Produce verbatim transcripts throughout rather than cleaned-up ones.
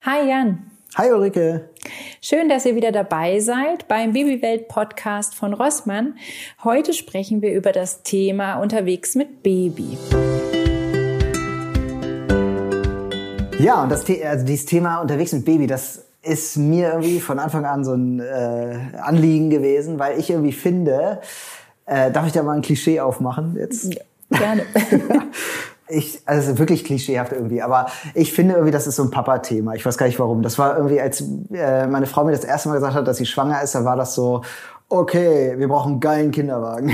Hi Jan. Hi Ulrike. Schön, dass ihr wieder dabei seid beim Babywelt-Podcast von Rossmann. Heute sprechen wir über das Thema Unterwegs mit Baby. Ja, und das, also dieses Thema Unterwegs mit Baby, das ist mir irgendwie von Anfang an so ein äh, Anliegen gewesen, weil ich irgendwie finde, äh, darf ich da mal ein Klischee aufmachen jetzt? Ja, gerne. Ich, also wirklich klischeehaft irgendwie, aber ich finde irgendwie, das ist so ein Papa-Thema. Ich weiß gar nicht warum. Das war irgendwie, als äh, meine Frau mir das erste Mal gesagt hat, dass sie schwanger ist, da war das so, okay, wir brauchen einen geilen Kinderwagen.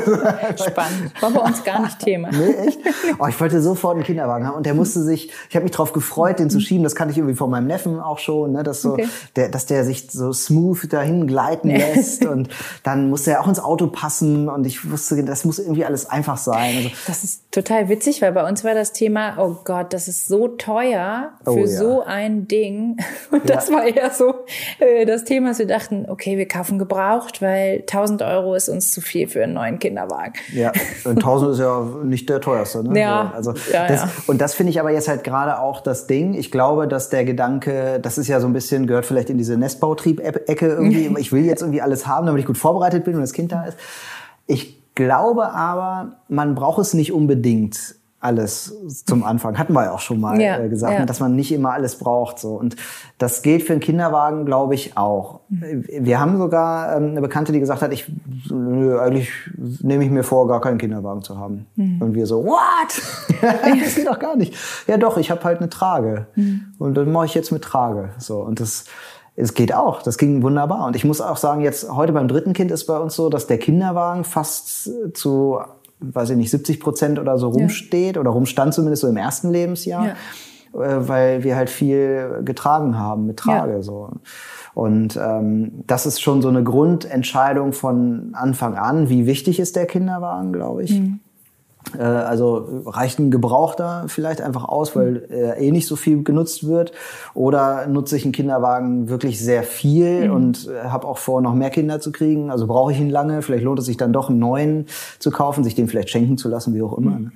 Spannend. War bei uns gar nicht Thema. Nee, echt? Oh, ich wollte sofort einen Kinderwagen haben und der musste sich, ich habe mich drauf gefreut, den zu schieben. Das kannte ich irgendwie von meinem Neffen auch schon, ne, dass so, okay. der, dass der sich so smooth dahin gleiten lässt und dann musste er auch ins Auto passen und ich wusste, das muss irgendwie alles einfach sein. Also, das ist total witzig, weil bei uns war das Thema, oh Gott, das ist so teuer für oh, ja. so ein Ding. Und das ja. war eher so äh, das Thema, dass wir dachten, okay, wir kaufen gebraucht, weil tausend Euro ist uns zu viel für einen neuen Kinderwagen. Ja, und tausend ist ja nicht der teuerste. Ne? Ja, also ja, das, ja. Und das finde ich aber jetzt halt gerade auch das Ding. Ich glaube, dass der Gedanke, das ist ja so ein bisschen, gehört vielleicht in diese Nestbautrieb-Ecke irgendwie. Ich will jetzt irgendwie alles haben, damit ich gut vorbereitet bin und das Kind da ist. Ich glaube aber, man braucht es nicht unbedingt alles zum Anfang. Hatten wir ja auch schon mal ja, äh, gesagt, ja. dass man nicht immer alles braucht. So. Und das gilt für einen Kinderwagen, glaube ich, auch. Mhm. Wir haben sogar ähm, eine Bekannte, die gesagt hat, ich nö, eigentlich nehme ich mir vor, gar keinen Kinderwagen zu haben. Mhm. Und wir so, what? Das geht doch gar nicht. Ja doch, ich habe halt eine Trage. Mhm. Und dann mache ich jetzt mit Trage. So. Und das es geht auch. Das ging wunderbar. Und ich muss auch sagen, jetzt heute beim dritten Kind ist bei uns so, dass der Kinderwagen fast zu weiß ich nicht, siebzig Prozent oder so rumsteht, ja. oder rumstand zumindest so im ersten Lebensjahr, ja. äh, weil wir halt viel getragen haben mit Trage. Ja. So. Und ähm, das ist schon so eine Grundentscheidung von Anfang an. Wie wichtig ist der Kinderwagen, glaube ich. Mhm. Äh, also reicht ein Gebrauchter vielleicht einfach aus, weil er eh nicht so viel genutzt wird? Oder nutze ich einen Kinderwagen wirklich sehr viel mhm. und äh, habe auch vor, noch mehr Kinder zu kriegen? Also brauche ich ihn lange? Vielleicht lohnt es sich dann doch, einen neuen zu kaufen, sich den vielleicht schenken zu lassen, wie auch immer. Mhm. Ne?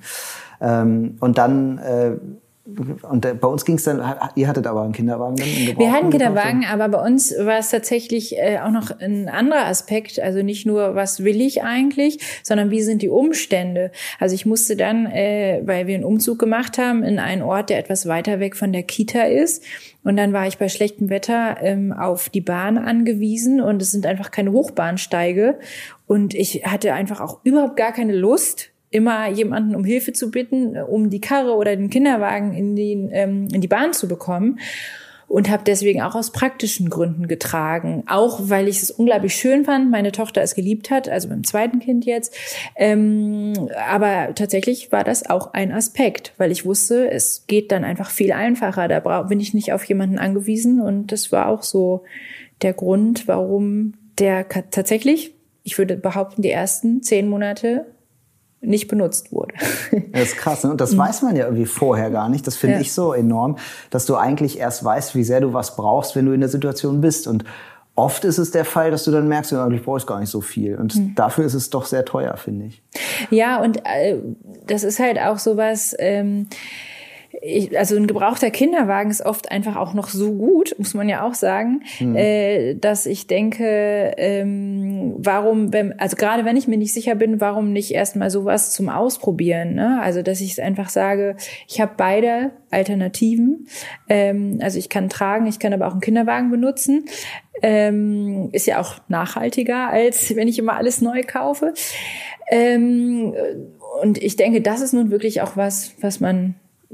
Ähm, und dann... Äh, Und bei uns ging es dann, ihr hattet aber einen Kinderwagen dann? Einen Wir hatten einen Kinderwagen, aber bei uns war es tatsächlich äh, auch noch ein anderer Aspekt. Also nicht nur, was will ich eigentlich, sondern wie sind die Umstände? Also ich musste dann, äh, weil wir einen Umzug gemacht haben, in einen Ort, der etwas weiter weg von der Kita ist. Und dann war ich bei schlechtem Wetter ähm, auf die Bahn angewiesen und es sind einfach keine Hochbahnsteige. Und ich hatte einfach auch überhaupt gar keine Lust, immer jemanden um Hilfe zu bitten, um die Karre oder den Kinderwagen in, den, ähm, in die Bahn zu bekommen. Und habe deswegen auch aus praktischen Gründen getragen. Auch weil ich es unglaublich schön fand, meine Tochter es geliebt hat, also beim zweiten Kind jetzt. Ähm, aber tatsächlich war das auch ein Aspekt, weil ich wusste, es geht dann einfach viel einfacher. Da bra- bin ich nicht auf jemanden angewiesen. Und das war auch so der Grund, warum der k- tatsächlich, ich würde behaupten, die ersten zehn Monate nicht benutzt wurde. Das ist krass, ne? Und das mhm. weiß man ja irgendwie vorher gar nicht. Das finde ja. ich so enorm, dass du eigentlich erst weißt, wie sehr du was brauchst, wenn du in der Situation bist. Und oft ist es der Fall, dass du dann merkst, ja, eigentlich brauche ich gar nicht so viel. Und mhm. dafür ist es doch sehr teuer, finde ich. Ja, und äh, das ist halt auch sowas... Ähm, Ich, also ein gebrauchter Kinderwagen ist oft einfach auch noch so gut, muss man ja auch sagen, mhm. äh, dass ich denke, ähm, warum, wenn, also gerade wenn ich mir nicht sicher bin, warum nicht erstmal sowas zum Ausprobieren, ne? Also dass ich einfach sage, ich habe beide Alternativen, ähm, also ich kann tragen, ich kann aber auch einen Kinderwagen benutzen, ähm, ist ja auch nachhaltiger, als wenn ich immer alles neu kaufe. Ähm, und ich denke, das ist nun wirklich auch was, was man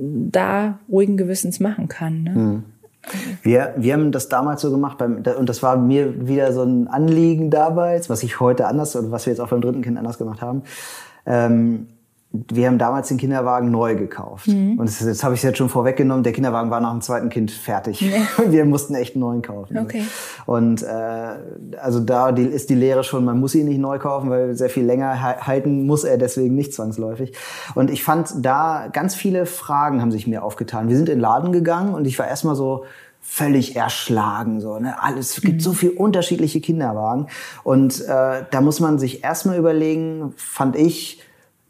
da ruhigen Gewissens machen kann. Ne? Mhm. Wir, wir haben das damals so gemacht, beim, und das war mir wieder so ein Anliegen damals, was ich heute anders, oder was wir jetzt auch beim dritten Kind anders gemacht haben. Ähm, wir haben damals den Kinderwagen neu gekauft. Mhm. Und das, jetzt habe ich es jetzt schon vorweggenommen, der Kinderwagen war nach dem zweiten Kind fertig. Nee. Wir mussten echt einen neuen kaufen. Okay. Und äh, also da die, ist die Lehre schon, man muss ihn nicht neu kaufen, weil sehr viel länger halten muss er deswegen nicht zwangsläufig. Und ich fand da, ganz viele Fragen haben sich mir aufgetan. Wir sind in den Laden gegangen und ich war erstmal so völlig erschlagen, so, ne? Alles, es gibt so viel unterschiedliche Kinderwagen. Und äh, da muss man sich erstmal überlegen, fand ich,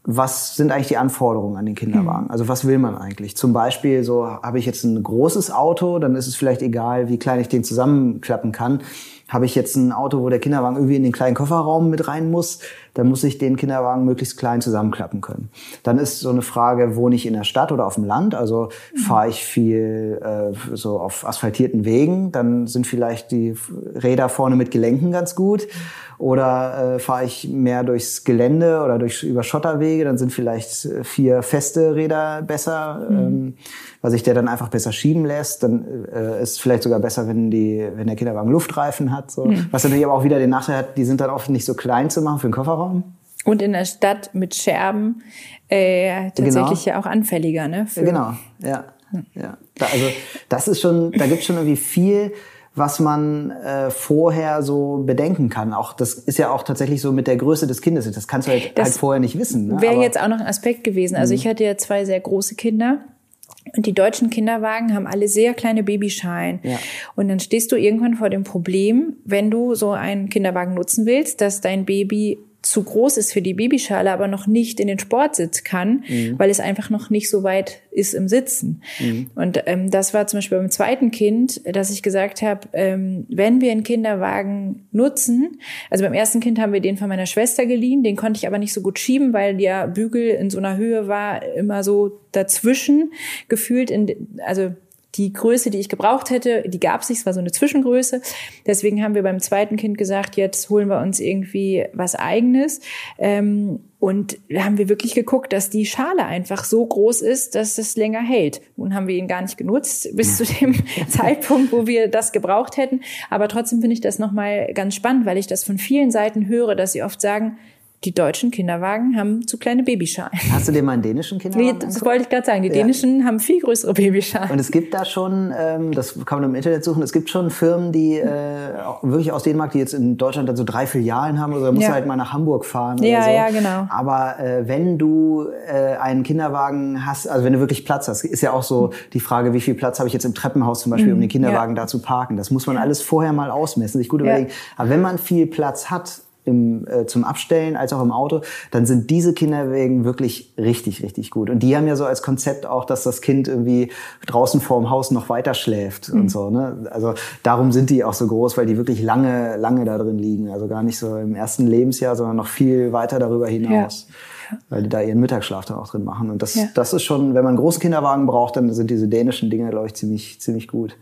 was sind eigentlich die Anforderungen an den Kinderwagen? Also was will man eigentlich? Zum Beispiel, so habe ich jetzt ein großes Auto, dann ist es vielleicht egal, wie klein ich den zusammenklappen kann. Habe ich jetzt ein Auto, wo der Kinderwagen irgendwie in den kleinen Kofferraum mit rein muss, dann muss ich den Kinderwagen möglichst klein zusammenklappen können. Dann ist so eine Frage, wohne ich in der Stadt oder auf dem Land? Also mhm. fahre ich viel äh, so auf asphaltierten Wegen, dann sind vielleicht die Räder vorne mit Gelenken ganz gut. Oder äh, fahre ich mehr durchs Gelände oder durch über Schotterwege, dann sind vielleicht vier feste Räder besser, mhm. ähm, weil sich der dann einfach besser schieben lässt. Dann äh, ist vielleicht sogar besser, wenn die, wenn der Kinderwagen Luftreifen hat. So. Mhm. Was natürlich aber auch wieder den Nachteil hat, die sind dann oft nicht so klein zu machen für den Kofferraum. Und in der Stadt mit Scherben äh, tatsächlich genau. ja auch anfälliger, ne? Für genau, ja, ja. Da, also das ist schon, da gibt's schon irgendwie viel, was man äh, vorher so bedenken kann. Auch das ist ja auch tatsächlich so mit der Größe des Kindes. Das kannst du halt, halt vorher nicht wissen. Ne? Wäre jetzt auch noch ein Aspekt gewesen. Also ich hatte ja zwei sehr große Kinder. Und die deutschen Kinderwagen haben alle sehr kleine Babyschalen. Ja. Und dann stehst du irgendwann vor dem Problem, wenn du so einen Kinderwagen nutzen willst, dass dein Baby zu groß ist für die Babyschale, aber noch nicht in den Sportsitz kann, mhm. weil es einfach noch nicht so weit ist im Sitzen. Mhm. Und ähm, das war zum Beispiel beim zweiten Kind, dass ich gesagt habe, ähm, wenn wir einen Kinderwagen nutzen, also beim ersten Kind haben wir den von meiner Schwester geliehen, den konnte ich aber nicht so gut schieben, weil der Bügel in so einer Höhe war, immer so dazwischen gefühlt, in, also die Größe, die ich gebraucht hätte, die gab es nicht, es war so eine Zwischengröße. Deswegen haben wir beim zweiten Kind gesagt, jetzt holen wir uns irgendwie was Eigenes. Ähm, und da haben wir wirklich geguckt, dass die Schale einfach so groß ist, dass es länger hält. Nun haben wir ihn gar nicht genutzt bis zu dem Zeitpunkt, wo wir das gebraucht hätten. Aber trotzdem finde ich das nochmal ganz spannend, weil ich das von vielen Seiten höre, dass sie oft sagen, die deutschen Kinderwagen haben zu kleine Babyschalen. Hast du dir mal einen dänischen Kinderwagen Nee, das angucken? Wollte ich gerade sagen. Die ja. dänischen haben viel größere Babyschalen. Und es gibt da schon, ähm, das kann man im Internet suchen, es gibt schon Firmen, die äh, wirklich aus Dänemark, die jetzt in Deutschland dann so drei Filialen haben. Oder da musst ja. du halt mal nach Hamburg fahren oder ja, so. Ja, genau. Aber äh, wenn du äh, einen Kinderwagen hast, also wenn du wirklich Platz hast, ist ja auch so die Frage, wie viel Platz habe ich jetzt im Treppenhaus zum Beispiel, mhm. um den Kinderwagen ja. da zu parken. Das muss man alles vorher mal ausmessen, sich gut überlegen. Ja. Aber wenn man viel Platz hat, Im, äh, zum Abstellen als auch im Auto, dann sind diese Kinderwagen wirklich richtig, richtig gut. Und die haben ja so als Konzept auch, dass das Kind irgendwie draußen vorm Haus noch weiter schläft mhm. und so. Ne? Also darum sind die auch so groß, weil die wirklich lange, lange da drin liegen. Also gar nicht so im ersten Lebensjahr, sondern noch viel weiter darüber hinaus. Ja. Weil die da ihren Mittagsschlaf dann auch drin machen. Und das, ja. das ist schon, wenn man einen großen Kinderwagen braucht, dann sind diese dänischen Dinger, glaube ich, ziemlich, ziemlich gut.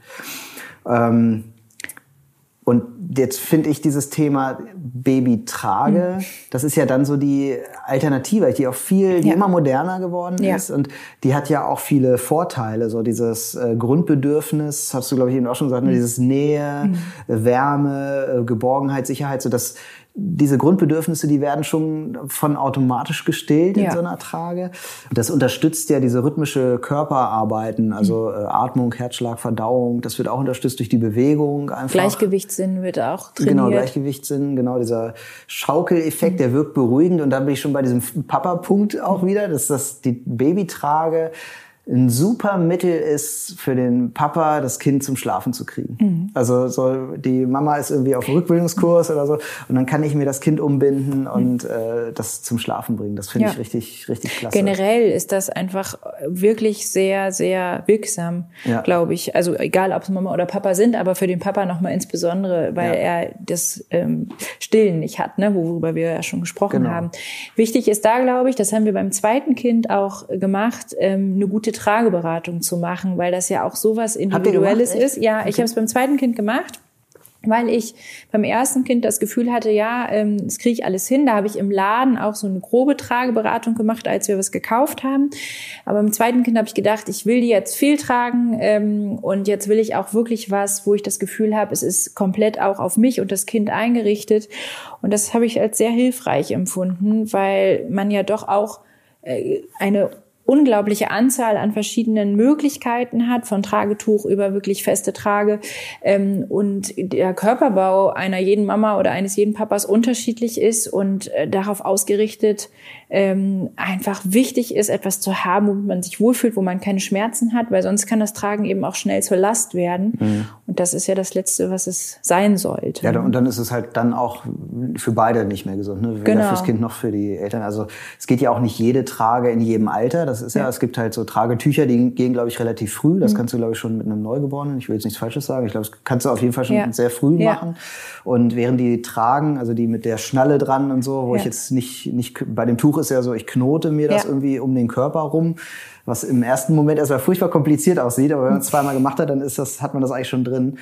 Ähm, Und jetzt finde ich dieses Thema Babytrage, mhm. das ist ja dann so die Alternative, die auch viel, die ja. immer moderner geworden ja. ist und die hat ja auch viele Vorteile, so dieses äh, Grundbedürfnis, hast du glaube ich eben auch schon gesagt, mhm. dieses Nähe, mhm. Wärme, äh, Geborgenheit, Sicherheit, so dass diese Grundbedürfnisse, die werden schon von automatisch gestillt in ja. so einer Trage. Das unterstützt ja diese rhythmische Körperarbeiten, also mhm. Atmung, Herzschlag, Verdauung. Das wird auch unterstützt durch die Bewegung einfach. Gleichgewichtssinn wird auch trainiert. Genau, Gleichgewichtssinn, genau dieser Schaukeleffekt, mhm. der wirkt beruhigend. Und dann bin ich schon bei diesem Papa-Punkt auch wieder, dass das die Babytrage ein super Mittel ist für den Papa, das Kind zum Schlafen zu kriegen. Mhm. Also so die Mama ist irgendwie auf Rückbildungskurs oder so und dann kann ich mir das Kind umbinden und äh, das zum Schlafen bringen. Das finde ja. ich richtig, richtig klasse. Generell ist das einfach wirklich sehr, sehr wirksam, ja. glaube ich. Also egal, ob es Mama oder Papa sind, aber für den Papa nochmal insbesondere, weil ja. er das ähm, Stillen nicht hat, ne, worüber wir ja schon gesprochen genau. haben. Wichtig ist da, glaube ich, das haben wir beim zweiten Kind auch gemacht, ähm, eine gute Trageberatung zu machen, weil das ja auch sowas Individuelles ist. Ja, okay. Ich habe es beim zweiten Kind gemacht, weil ich beim ersten Kind das Gefühl hatte, ja, ähm, das kriege ich alles hin. Da habe ich im Laden auch so eine grobe Trageberatung gemacht, als wir was gekauft haben. Aber beim zweiten Kind habe ich gedacht, ich will die jetzt viel tragen ähm, und jetzt will ich auch wirklich was, wo ich das Gefühl habe, es ist komplett auch auf mich und das Kind eingerichtet. Und das habe ich als sehr hilfreich empfunden, weil man ja doch auch äh, eine unglaubliche Anzahl an verschiedenen Möglichkeiten hat, von Tragetuch über wirklich feste Trage. Ähm, und der Körperbau einer jeden Mama oder eines jeden Papas unterschiedlich ist und äh, darauf ausgerichtet ähm, einfach wichtig ist, etwas zu haben, wo man sich wohlfühlt, wo man keine Schmerzen hat, weil sonst kann das Tragen eben auch schnell zur Last werden. Mhm. Und das ist ja das Letzte, was es sein sollte. Ja, und dann ist es halt dann auch für beide nicht mehr gesund, ne? Weder genau. fürs Kind noch für die Eltern. Also es geht ja auch nicht jede Trage in jedem Alter. Das ist ja, ja. es gibt halt so Tragetücher, die gehen, glaube ich, relativ früh. Das mhm. kannst du, glaube ich, schon mit einem Neugeborenen. Ich will jetzt nichts Falsches sagen. Ich glaube, das kannst du auf jeden Fall schon ja. sehr früh ja. machen. Und während die Tragen, also die mit der Schnalle dran und so, wo ja. ich jetzt nicht, nicht, bei dem Tuch ist ja so, ich knote mir das ja. irgendwie um den Körper rum, was im ersten Moment erstmal furchtbar kompliziert aussieht, aber wenn man es zweimal gemacht hat, dann ist das, hat man das eigentlich schon drin.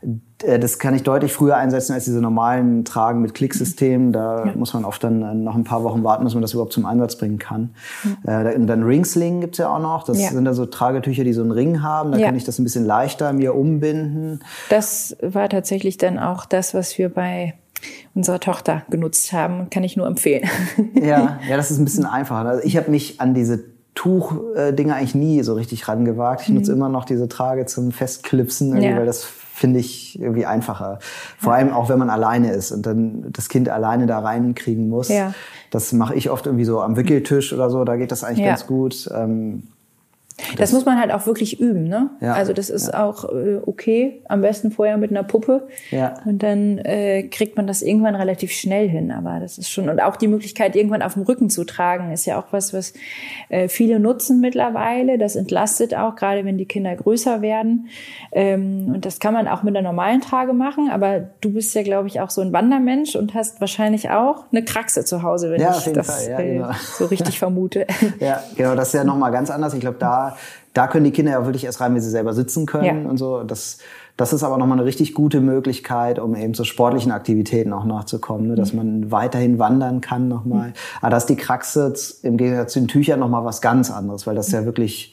Das kann ich deutlich früher einsetzen als diese normalen Tragen mit Klicksystemen. Da ja. muss man oft dann noch ein paar Wochen warten, bis man das überhaupt zum Einsatz bringen kann. Ja. Und dann Ringsling gibt's ja auch noch. Das ja. sind da so Tragetücher, die so einen Ring haben. Da ja. kann ich das ein bisschen leichter mir umbinden. Das war tatsächlich dann auch das, was wir bei unserer Tochter genutzt haben. Kann ich nur empfehlen. Ja, ja, das ist ein bisschen einfacher. Also ich habe mich an diese Tuch-Dinger eigentlich nie so richtig rangewagt. Ich nutze mhm. immer noch diese Trage zum Festklipsen, irgendwie, ja. weil das finde ich irgendwie einfacher. Vor ja. allem auch, wenn man alleine ist und dann das Kind alleine da reinkriegen muss. Ja. Das mache ich oft irgendwie so am Wickeltisch oder so. Da geht das eigentlich ja. ganz gut. Ähm, Das, das muss man halt auch wirklich üben, ne? Ja, also das ist ja. auch äh, okay. Am besten vorher mit einer Puppe. Ja. Und dann äh, kriegt man das irgendwann relativ schnell hin. Aber das ist schon, und auch die Möglichkeit, irgendwann auf dem Rücken zu tragen, ist ja auch was, was äh, viele nutzen mittlerweile. Das entlastet auch, gerade wenn die Kinder größer werden. Ähm, und das kann man auch mit einer normalen Trage machen. Aber du bist ja, glaube ich, auch so ein Wandermensch und hast wahrscheinlich auch eine Kraxe zu Hause, wenn ja, ich das ja, äh, genau. so richtig vermute. Ja, genau. Das ist ja nochmal ganz anders. Ich glaube, da Da können die Kinder ja wirklich erst rein, wenn sie selber sitzen können ja. und so. Das, das ist aber nochmal eine richtig gute Möglichkeit, um eben zu sportlichen Aktivitäten auch nachzukommen, ne? Dass man weiterhin wandern kann nochmal. Mhm. Aber da ist die Kraxe im Gegensatz zu den Tüchern nochmal was ganz anderes, weil das ja wirklich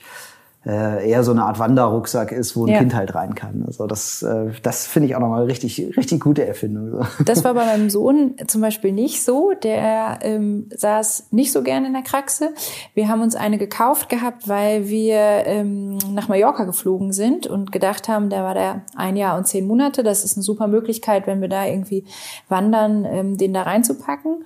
äh, eher so eine Art Wanderrucksack ist, wo ein ja. Kind halt rein kann. Also das, äh, das finde ich auch nochmal richtig, richtig gute Erfindung. So. Das war bei meinem Sohn zum Beispiel nicht so. Der ähm, saß nicht so gerne in der Kraxe. Wir haben uns eine gekauft gehabt, weil wir ähm, nach Mallorca geflogen sind und gedacht haben, da war der ein Jahr und zehn Monate. Das ist eine super Möglichkeit, wenn wir da irgendwie wandern, ähm, den da reinzupacken.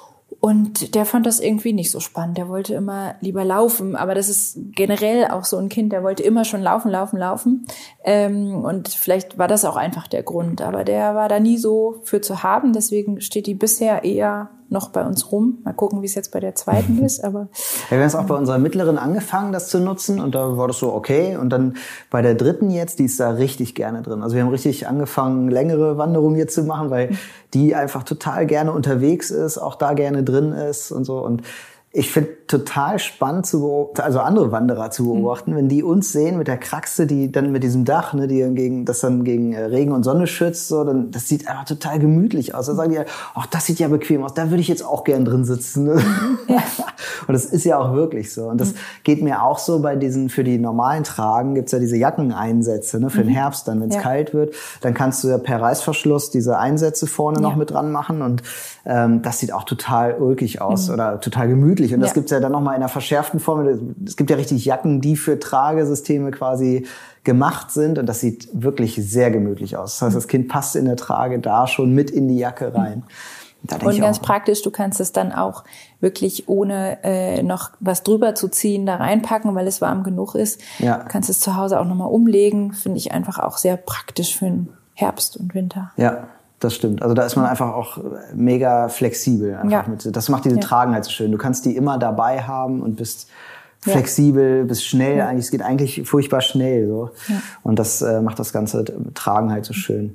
Und der fand das irgendwie nicht so spannend. Der wollte immer lieber laufen. Aber das ist generell auch so ein Kind, der wollte immer schon laufen, laufen, laufen. Ähm, und vielleicht war das auch einfach der Grund. Aber der war da nie so für zu haben. Deswegen steht die bisher eher noch bei uns rum. Mal gucken, wie es jetzt bei der zweiten ist. Aber ja, wir haben es auch bei unserer mittleren angefangen, das zu nutzen. Und da war das so okay. Und dann bei der dritten jetzt, die ist da richtig gerne drin. Also wir haben richtig angefangen, längere Wanderungen jetzt zu machen, weil die einfach total gerne unterwegs ist, auch da gerne drin ist und so. Und ich finde total spannend zu beobachten, also andere Wanderer zu beobachten, mhm. wenn die uns sehen mit der Kraxe, die dann mit diesem Dach, ne, die gegen, das dann gegen Regen und Sonne schützt, so, dann, das sieht einfach total gemütlich aus. Da sagen die halt, ach, das sieht ja bequem aus, da würde ich jetzt auch gern drin sitzen. Ne? Ja. Und das ist ja auch wirklich so. Und das mhm. geht mir auch so bei diesen, für die normalen Tragen gibt's ja diese Jackeneinsätze, ne, für mhm. den Herbst dann, wenn es ja. kalt wird. Dann kannst du ja per Reißverschluss diese Einsätze vorne ja. noch mit dran machen und ähm, das sieht auch total ulkig aus mhm. oder total gemütlich. Und das ja. gibt's ja dann nochmal in einer verschärften Form. Es gibt ja richtig Jacken, die für Tragesysteme quasi gemacht sind. Und das sieht wirklich sehr gemütlich aus. Das heißt, das Kind passt in der Trage da schon mit in die Jacke rein. Da und ganz auch, praktisch, du kannst es dann auch wirklich ohne äh, noch was drüber zu ziehen da reinpacken, weil es warm genug ist. Ja. Du kannst es zu Hause auch nochmal umlegen. Finde ich einfach auch sehr praktisch für den Herbst und Winter. Ja. Das stimmt. Also da ist man einfach auch mega flexibel. Einfach ja. mit, das macht diese ja. Tragen halt so schön. Du kannst die immer dabei haben und bist flexibel, ja. bist schnell. Ja. Eigentlich, es geht eigentlich furchtbar schnell. So. Ja. Und das äh, macht das ganze Tragen halt so schön.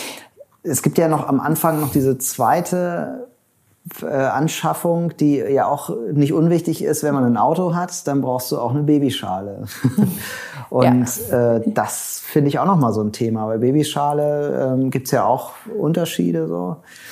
Es gibt ja noch am Anfang noch diese zweite äh, Anschaffung, die ja auch nicht unwichtig ist, wenn man ein Auto hat, dann brauchst du auch eine Babyschale. Und ja. äh, das finde ich auch noch mal so ein Thema. Bei Babyschale ähm, gibt's ja auch Unterschiede so.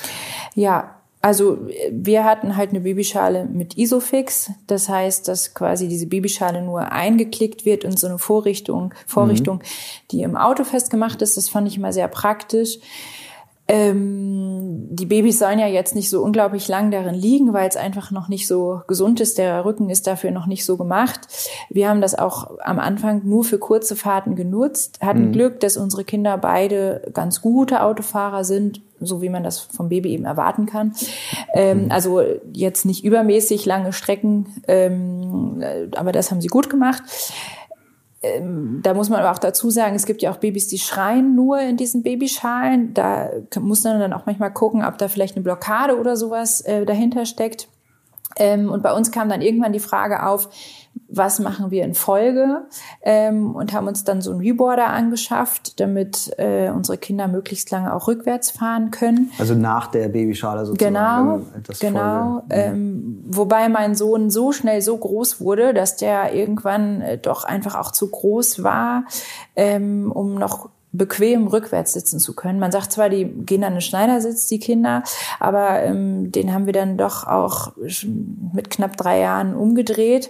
Ja, also wir hatten halt eine Babyschale mit Isofix. Das heißt, dass quasi diese Babyschale nur eingeklickt wird in so eine Vorrichtung, Vorrichtung, mhm. die im Auto festgemacht ist. Das fand ich immer sehr praktisch. Ähm, die Babys sollen ja jetzt nicht so unglaublich lang darin liegen, weil es einfach noch nicht so gesund ist. Der Rücken ist dafür noch nicht so gemacht. Wir haben das auch am Anfang nur für kurze Fahrten genutzt, hatten mhm. Glück, dass unsere Kinder beide ganz gute Autofahrer sind, so wie man das vom Baby eben erwarten kann. Ähm, also jetzt nicht übermäßig lange Strecken, ähm, aber das haben sie gut gemacht. Da muss man aber auch dazu sagen, es gibt ja auch Babys, die schreien nur in diesen Babyschalen. Da muss man dann auch manchmal gucken, ob da vielleicht eine Blockade oder sowas äh, dahinter steckt. Ähm, und bei uns kam dann irgendwann die Frage auf, was machen wir in Folge? Ähm, und haben uns dann so einen Reboarder angeschafft, damit äh, unsere Kinder möglichst lange auch rückwärts fahren können. Also nach der Babyschale sozusagen. Genau, das genau. Ähm, wobei mein Sohn so schnell so groß wurde, dass der irgendwann äh, doch einfach auch zu groß war, ähm, um noch bequem rückwärts sitzen zu können. Man sagt zwar, die gehen dann in den Schneidersitz, die Kinder, aber ähm, den haben wir dann doch auch mit knapp drei Jahren umgedreht.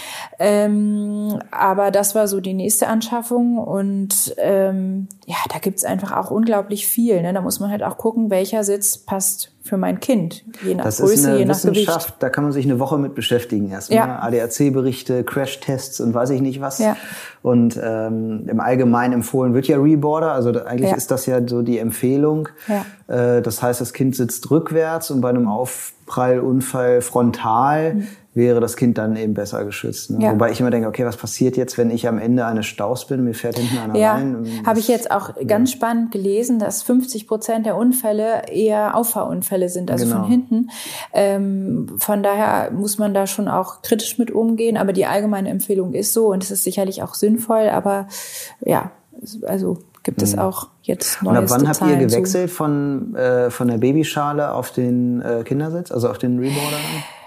Ähm, aber das war so die nächste Anschaffung und ähm, ja, da gibt's einfach auch unglaublich viel. Ne? Da muss man halt auch gucken, welcher Sitz passt für mein Kind, je nach das Größe, ist eine je nach Wissenschaft, Gewicht. Da kann man sich eine Woche mit beschäftigen erstmal. Ja. A D A C-Berichte, Crash-Tests und weiß ich nicht was. Ja. Und ähm, im Allgemeinen empfohlen wird ja Reboarder, also da, eigentlich Ja. ist das ja so die Empfehlung. Ja. Äh, das heißt, das Kind sitzt rückwärts und bei einem Aufprallunfall frontal mhm. wäre das Kind dann eben besser geschützt. Ne? Ja. Wobei ich immer denke, okay, was passiert jetzt, wenn ich am Ende eines Staus bin, mir fährt hinten einer ja. rein? Habe ich jetzt auch ganz spannend gelesen, dass fünfzig Prozent der Unfälle eher Auffahrunfälle sind, also Genau. von hinten. Ähm, von daher muss man da schon auch kritisch mit umgehen, aber die allgemeine Empfehlung ist so und es ist sicherlich auch sinnvoll, aber ja, also gibt es auch jetzt neueste Und ab wann habt ihr Zahlen gewechselt von, äh, von der Babyschale auf den äh, Kindersitz, also auf den Reboarder?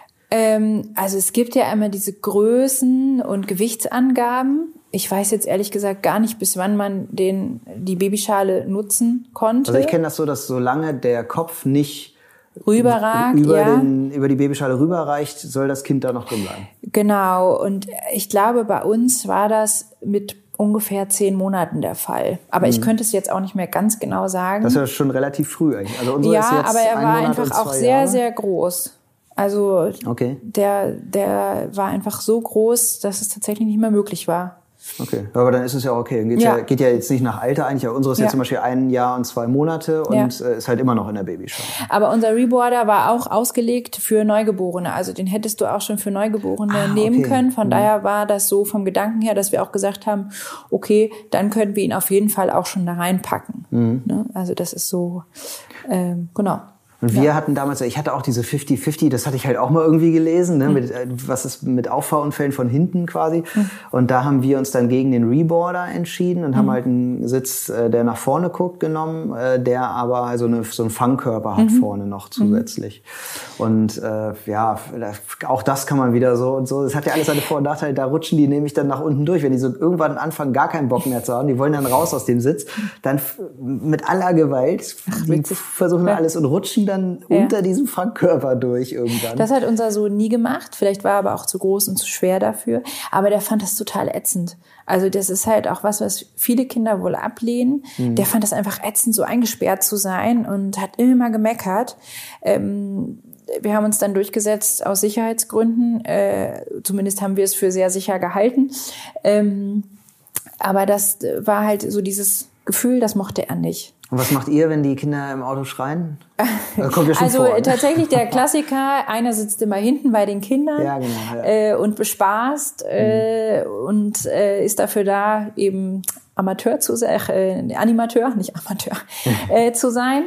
Ähm, also es gibt ja immer diese Größen und Gewichtsangaben. Ich weiß jetzt ehrlich gesagt gar nicht, bis wann man den, die Babyschale nutzen konnte. Also ich kenne das so, dass solange der Kopf nicht rüberragt, über, ja. den, über die Babyschale rüberreicht, soll das Kind da noch drin bleiben. Genau. Und ich glaube, bei uns war das mit ungefähr zehn Monaten der Fall. Aber mhm. ich könnte es jetzt auch nicht mehr ganz genau sagen. Das ist ja schon relativ früh eigentlich. Also unsere ja, ist jetzt aber er ein war Monat einfach auch sehr, Jahre. sehr groß. Also okay. der, der war einfach so groß, dass es tatsächlich nicht mehr möglich war. Okay, aber dann ist es ja auch okay. Geht's ja. Ja, geht ja jetzt nicht nach Alter eigentlich. Aber unsere ist ja. jetzt zum Beispiel ein Jahr und zwei Monate und ja. ist halt immer noch in der Babyschale. Aber unser Reboarder war auch ausgelegt für Neugeborene. Also den hättest du auch schon für Neugeborene ah, nehmen okay. können. Von mhm. daher war das so vom Gedanken her, dass wir auch gesagt haben, okay, dann können wir ihn auf jeden Fall auch schon da reinpacken. Mhm. Ne? Also das ist so, ähm, genau. Und wir ja. hatten damals, ich hatte auch diese fünfzig fünfzig, das hatte ich halt auch mal irgendwie gelesen, ne, mhm. mit, was ist mit Auffahrunfällen von hinten quasi. Mhm. Und da haben wir uns dann gegen den Reboarder entschieden und mhm. haben halt einen Sitz, der nach vorne guckt, genommen, der aber so, eine, so einen Fangkörper hat mhm. vorne noch zusätzlich. Mhm. Und äh, ja, auch das kann man wieder so und so. Das hat ja alles seine Vor- und Nachteile. Da rutschen die nämlich dann nach unten durch. Wenn die so irgendwann anfangen, gar keinen Bock mehr zu haben, die wollen dann raus aus dem Sitz, dann mit aller Gewalt Ach, die versuchen ja. alles und rutschen dann ja. unter diesem Fangkörper durch irgendwann. Das hat unser Sohn nie gemacht. Vielleicht war er aber auch zu groß und zu schwer dafür. Aber der fand das total ätzend. Also das ist halt auch was, was viele Kinder wohl ablehnen. Mhm. Der fand das einfach ätzend, so eingesperrt zu sein und hat immer gemeckert. Ähm, wir haben uns dann durchgesetzt aus Sicherheitsgründen. Äh, zumindest haben wir es für sehr sicher gehalten. Ähm, aber das war halt so dieses Gefühl, das mochte er nicht. Und was macht ihr, wenn die Kinder im Auto schreien? Das kommt ja schon also vor, ne? Tatsächlich der Klassiker, einer sitzt immer hinten bei den Kindern ja, genau, ja. äh, und bespaßt äh, mhm. und äh, ist dafür da, eben Amateur zu sein, äh, Animateur, nicht Amateur, äh, zu sein.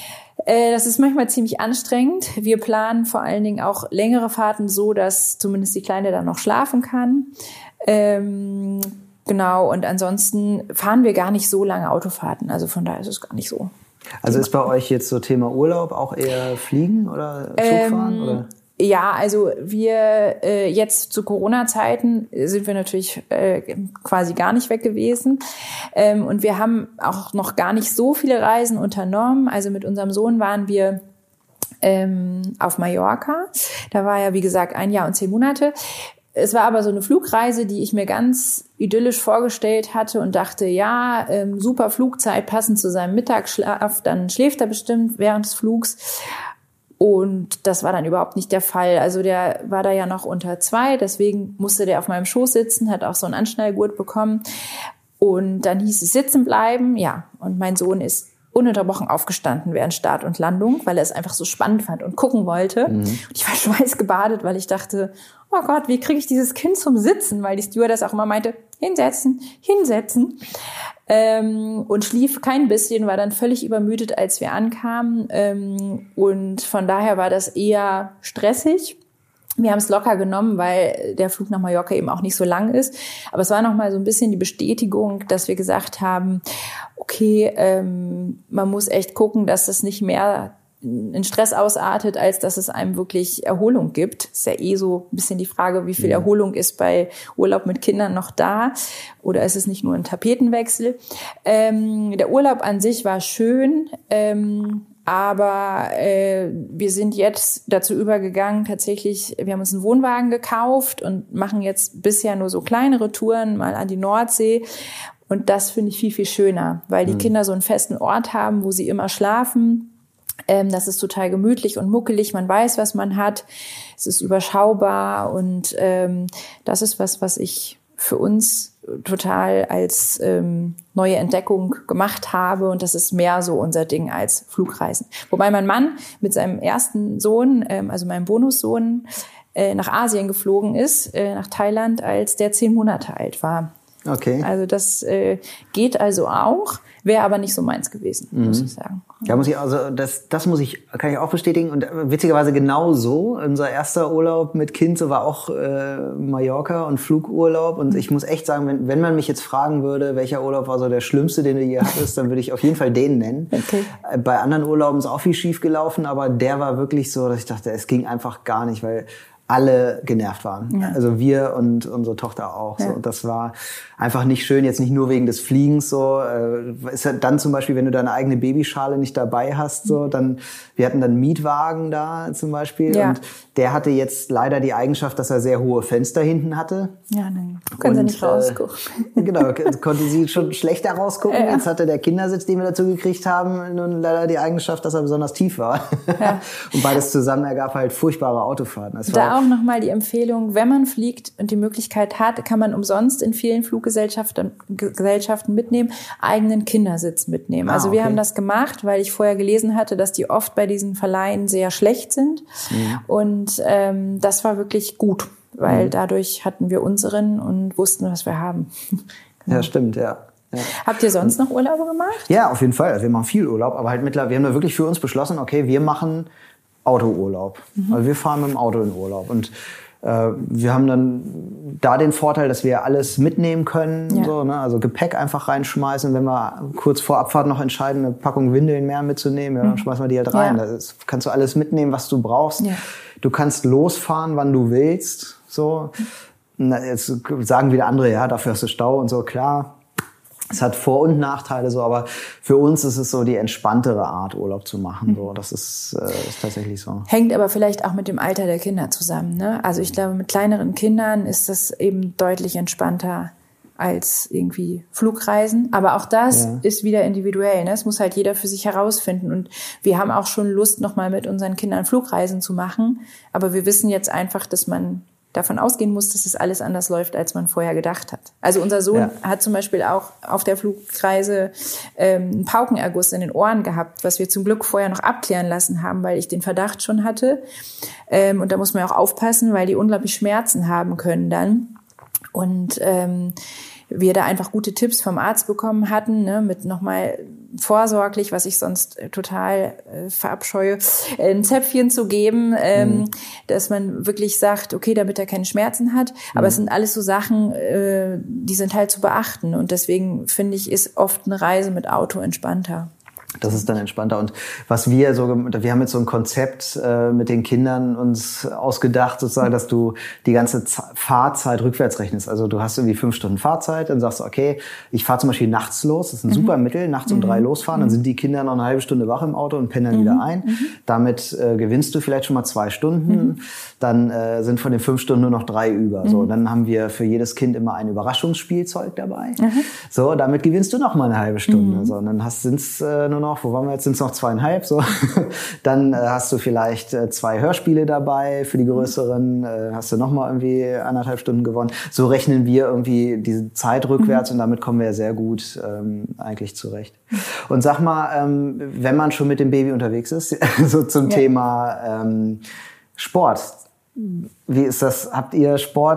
Äh, das ist manchmal ziemlich anstrengend. Wir planen vor allen Dingen auch längere Fahrten so, dass zumindest die Kleine dann noch schlafen kann. Ähm, Genau, und ansonsten fahren wir gar nicht so lange Autofahrten, also von daher ist es gar nicht so. Also ist bei euch jetzt so Thema Urlaub auch eher Fliegen oder Zugfahren? Ähm, oder? Ja, also wir äh, jetzt zu Corona-Zeiten sind wir natürlich äh, quasi gar nicht weg gewesen ähm, und wir haben auch noch gar nicht so viele Reisen unternommen. Also mit unserem Sohn waren wir ähm, auf Mallorca, da war ja wie gesagt ein Jahr und zehn Monate. Es war aber so eine Flugreise, die ich mir ganz idyllisch vorgestellt hatte und dachte, ja, ähm, super Flugzeit, passend zu seinem Mittagsschlaf, dann schläft er bestimmt während des Flugs. Und das war dann überhaupt nicht der Fall. Also der war da ja noch unter zwei, deswegen musste der auf meinem Schoß sitzen, hat auch so einen Anschnallgurt bekommen. Und dann hieß es sitzen bleiben, ja. Und mein Sohn ist ununterbrochen aufgestanden während Start und Landung, weil er es einfach so spannend fand und gucken wollte. Mhm. Und ich war schweißgebadet, weil ich dachte, oh Gott, wie kriege ich dieses Kind zum Sitzen? Weil die Stewardess auch immer meinte, hinsetzen, hinsetzen. Ähm, und schlief kein bisschen, war dann völlig übermüdet, als wir ankamen. Ähm, und von daher war das eher stressig. Wir haben es locker genommen, weil der Flug nach Mallorca eben auch nicht so lang ist. Aber es war noch mal so ein bisschen die Bestätigung, dass wir gesagt haben, okay, ähm, man muss echt gucken, dass es nicht mehr in Stress ausartet, als dass es einem wirklich Erholung gibt. Ist ja eh so ein bisschen die Frage, wie viel ja. Erholung ist bei Urlaub mit Kindern noch da? Oder ist es nicht nur ein Tapetenwechsel? Ähm, der Urlaub an sich war schön, ähm, aber äh, wir sind jetzt dazu übergegangen, tatsächlich, wir haben uns einen Wohnwagen gekauft und machen jetzt bisher nur so kleinere Touren, mal an die Nordsee. Und das finde ich viel, viel schöner, weil die mhm. Kinder so einen festen Ort haben, wo sie immer schlafen. Ähm, das ist total gemütlich und muckelig. Man weiß, was man hat. Es ist überschaubar und ähm, das ist was, was ich für uns total als ähm, neue Entdeckung gemacht habe. Und das ist mehr so unser Ding als Flugreisen. Wobei mein Mann mit seinem ersten Sohn, ähm, also meinem Bonussohn, äh, nach Asien geflogen ist, äh, nach Thailand, als der zehn Monate alt war. Okay. Also das äh, geht also auch, wäre aber nicht so meins gewesen, mhm. muss ich sagen. Ja, muss ich also das das muss ich kann ich auch bestätigen und witzigerweise genau so. Unser erster Urlaub mit Kind so war auch äh, Mallorca und Flugurlaub und mhm. ich muss echt sagen, wenn wenn man mich jetzt fragen würde, welcher Urlaub war so der schlimmste, den du je hattest, dann würde ich auf jeden Fall den nennen. Okay. Bei anderen Urlauben ist auch viel schief gelaufen, aber der war wirklich so, dass ich dachte, es ging einfach gar nicht, weil alle genervt waren. Ja. Also wir und unsere Tochter auch. Ja. So. Und das war einfach nicht schön, jetzt nicht nur wegen des Fliegens so. Ist ja dann zum Beispiel, wenn du deine eigene Babyschale nicht dabei hast, so, dann, wir hatten dann einen Mietwagen da zum Beispiel ja. und der hatte jetzt leider die Eigenschaft, dass er sehr hohe Fenster hinten hatte. Ja, nein. Können sie nicht rausgucken. Äh, genau, konnte sie schon schlechter rausgucken. Ja. Jetzt hatte der Kindersitz, den wir dazu gekriegt haben, nun leider die Eigenschaft, dass er besonders tief war. Ja. Und beides zusammen ergab halt furchtbare Autofahrten. Das da war auch nochmal die Empfehlung, wenn man fliegt und die Möglichkeit hat, kann man umsonst in vielen Fluggesellschaften Gesellschaften mitnehmen, eigenen Kindersitz mitnehmen. Ah, also wir okay. haben das gemacht, weil ich vorher gelesen hatte, dass die oft bei diesen Verleihen sehr schlecht sind. Mhm. Und ähm, das war wirklich gut, weil mhm. dadurch hatten wir unseren und wussten, was wir haben. Genau. Ja, stimmt, ja. Ja. Habt ihr sonst noch Urlaube gemacht? Ja, auf jeden Fall. Wir machen viel Urlaub, aber halt mittlerweile, wir haben da wirklich für uns beschlossen, okay, wir machen Autourlaub. Mhm. Also wir fahren mit dem Auto in Urlaub. Und äh, wir haben dann da den Vorteil, dass wir alles mitnehmen können. Ja. So, ne? Also Gepäck einfach reinschmeißen. Wenn wir kurz vor Abfahrt noch entscheiden, eine Packung Windeln mehr mitzunehmen, ja, dann mhm. schmeißen wir die halt rein. Ja. Da kannst du alles mitnehmen, was du brauchst. Ja. Du kannst losfahren, wann du willst. So. Na, jetzt sagen wieder andere, ja, dafür hast du Stau und so. Klar. Es hat Vor- und Nachteile so, aber für uns ist es so die entspanntere Art, Urlaub zu machen. So, das ist, äh, ist tatsächlich so. Hängt aber vielleicht auch mit dem Alter der Kinder zusammen, ne? Also ich glaube, mit kleineren Kindern ist das eben deutlich entspannter als irgendwie Flugreisen. Aber auch das ja. ist wieder individuell, ne? Es muss halt jeder für sich herausfinden. Und wir haben auch schon Lust, nochmal mit unseren Kindern Flugreisen zu machen. Aber wir wissen jetzt einfach, dass man davon ausgehen muss, dass es alles anders läuft, als man vorher gedacht hat. Also unser Sohn ja. hat zum Beispiel auch auf der Flugreise ähm, einen Paukenerguss in den Ohren gehabt, was wir zum Glück vorher noch abklären lassen haben, weil ich den Verdacht schon hatte. Ähm, und da muss man auch aufpassen, weil die unglaublich Schmerzen haben können dann. Und ähm, wir da einfach gute Tipps vom Arzt bekommen hatten, ne, mit nochmal vorsorglich, was ich sonst total äh, verabscheue, ein Zäpfchen zu geben, ähm, mhm. dass man wirklich sagt, okay, damit er keine Schmerzen hat. Aber mhm. es sind alles so Sachen, äh, die sind halt zu beachten. Und deswegen finde ich, ist oft eine Reise mit Auto entspannter. Das ist dann entspannter. Und was wir so, wir haben jetzt so ein Konzept äh, mit den Kindern uns ausgedacht, sozusagen, dass du die ganze Z- Fahrzeit rückwärts rechnest. Also du hast irgendwie fünf Stunden Fahrzeit, dann sagst du, okay, ich fahre zum Beispiel nachts los, das ist ein mhm. super Mittel, nachts um mhm. drei losfahren, dann sind die Kinder noch eine halbe Stunde wach im Auto und pennen dann mhm. wieder ein. Mhm. Damit äh, gewinnst du vielleicht schon mal zwei Stunden, mhm. dann äh, sind von den fünf Stunden nur noch drei über. Mhm. So, dann haben wir für jedes Kind immer ein Überraschungsspielzeug dabei. Mhm. So, damit gewinnst du noch mal eine halbe Stunde. Mhm. So, und dann hast sind's äh, nur noch, wo waren wir jetzt, sind es noch zweieinhalb, so. Dann äh, hast du vielleicht äh, zwei Hörspiele dabei, für die größeren äh, hast du nochmal irgendwie anderthalb Stunden gewonnen. So rechnen wir irgendwie diese Zeit rückwärts mhm. und damit kommen wir ja sehr gut ähm, eigentlich zurecht. Und sag mal, ähm, wenn man schon mit dem Baby unterwegs ist, so zum ja. Thema ähm, Sport. Wie ist das? Habt ihr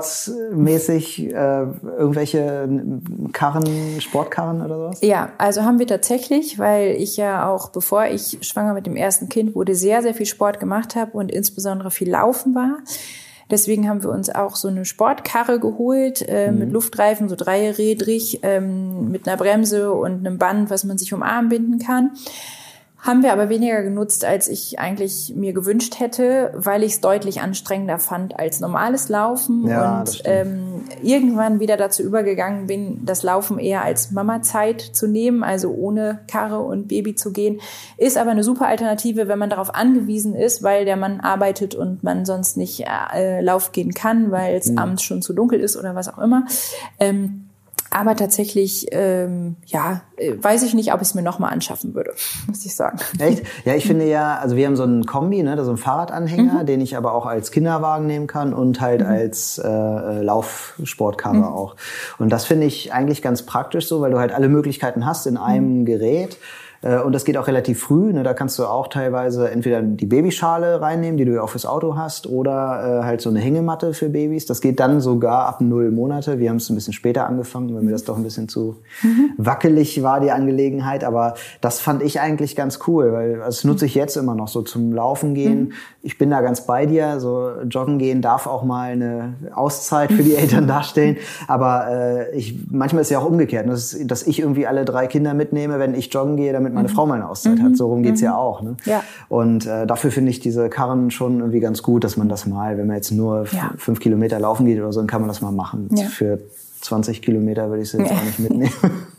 sportmäßig äh, irgendwelche Karren, Sportkarren oder sowas? Ja, also haben wir tatsächlich, weil ich ja auch, bevor ich schwanger mit dem ersten Kind wurde, sehr, sehr viel Sport gemacht habe und insbesondere viel Laufen war. Deswegen haben wir uns auch so eine Sportkarre geholt äh, mhm. mit Luftreifen, so dreirädrig, ähm, mit einer Bremse und einem Band, was man sich um den Arm binden kann. Haben wir aber weniger genutzt, als ich eigentlich mir gewünscht hätte, weil ich es deutlich anstrengender fand als normales Laufen ja, und ähm, irgendwann wieder dazu übergegangen bin, das Laufen eher als Mama-Zeit zu nehmen, also ohne Karre und Baby zu gehen. Ist aber eine super Alternative, wenn man darauf angewiesen ist, weil der Mann arbeitet und man sonst nicht äh, Lauf gehen kann, weil es mhm. abends schon zu dunkel ist oder was auch immer. Ähm, Aber tatsächlich, ähm, ja, weiß ich nicht, ob ich es mir nochmal anschaffen würde, muss ich sagen. Echt? Ja, ich finde ja, also wir haben so einen Kombi, ne, so einen Fahrradanhänger, mhm. den ich aber auch als Kinderwagen nehmen kann und halt mhm. als äh, Laufsportkarre mhm. auch. Und das finde ich eigentlich ganz praktisch so, weil du halt alle Möglichkeiten hast in einem mhm. Gerät. Und das geht auch relativ früh. Ne? Da kannst du auch teilweise entweder die Babyschale reinnehmen, die du ja auch fürs Auto hast, oder äh, halt so eine Hängematte für Babys. Das geht dann sogar ab null Monate. Wir haben es ein bisschen später angefangen, weil mir das doch ein bisschen zu mhm. wackelig war, die Angelegenheit. Aber das fand ich eigentlich ganz cool, weil das nutze ich jetzt immer noch so zum Laufen gehen. Mhm. Ich bin da ganz bei dir. So joggen gehen darf auch mal eine Auszeit für die Eltern darstellen. Aber äh, ich, manchmal ist es ja auch umgekehrt, dass, dass ich irgendwie alle drei Kinder mitnehme, wenn ich joggen gehe, damit meine mhm. Frau mal eine Auszeit mhm. hat. So rum geht's mhm. ja auch. Ne? Ja. Und äh, dafür finde ich diese Karren schon irgendwie ganz gut, dass man das mal, wenn man jetzt nur f- ja. fünf Kilometer laufen geht oder so, dann kann man das mal machen. Ja. Für zwanzig Kilometer würde ich sie jetzt ja. auch nicht mitnehmen.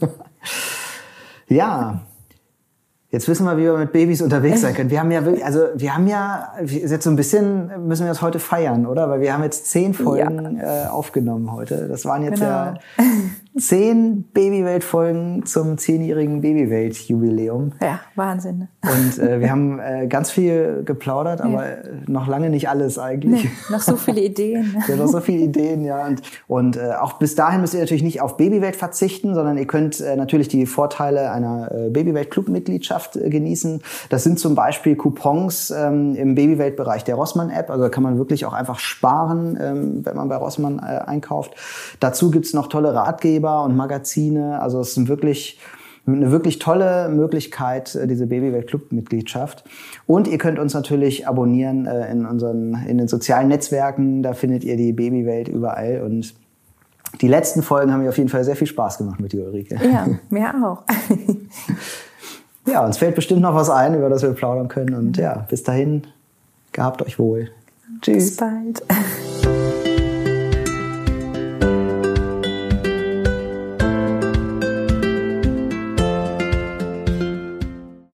Ja. Jetzt wissen wir, wie wir mit Babys unterwegs sein können. Wir haben ja wirklich, also wir haben ja, jetzt so ein bisschen müssen wir das heute feiern, oder? Weil wir haben jetzt zehn Folgen ja. äh, aufgenommen heute. Das waren jetzt genau. ja zehn Babywelt-Folgen zum zehnjährigen Babywelt-Jubiläum. Ja, Wahnsinn. Ne? Und äh, wir haben äh, ganz viel geplaudert, aber ja. noch lange nicht alles eigentlich. Nee, noch so viele Ideen. Ja, noch so viele Ideen, ja. Und, und äh, auch bis dahin müsst ihr natürlich nicht auf Babywelt verzichten, sondern ihr könnt äh, natürlich die Vorteile einer äh, Babywelt-Club-Mitgliedschaft äh, genießen. Das sind zum Beispiel Coupons ähm, im Babywelt-Bereich der Rossmann-App. Also da kann man wirklich auch einfach sparen, ähm, wenn man bei Rossmann äh, einkauft. Dazu gibt's noch tolle Ratgeber und Magazine. Also es ist wirklich eine wirklich tolle Möglichkeit, diese Babywelt-Club-Mitgliedschaft. Und ihr könnt uns natürlich abonnieren in unseren, in den sozialen Netzwerken. Da findet ihr die Babywelt überall. Und die letzten Folgen haben mir auf jeden Fall sehr viel Spaß gemacht mit dir, Ulrike. Ja, mir auch. Ja, uns fällt bestimmt noch was ein, über das wir plaudern können. Und ja, bis dahin, gehabt euch wohl. Tschüss. Bis bald.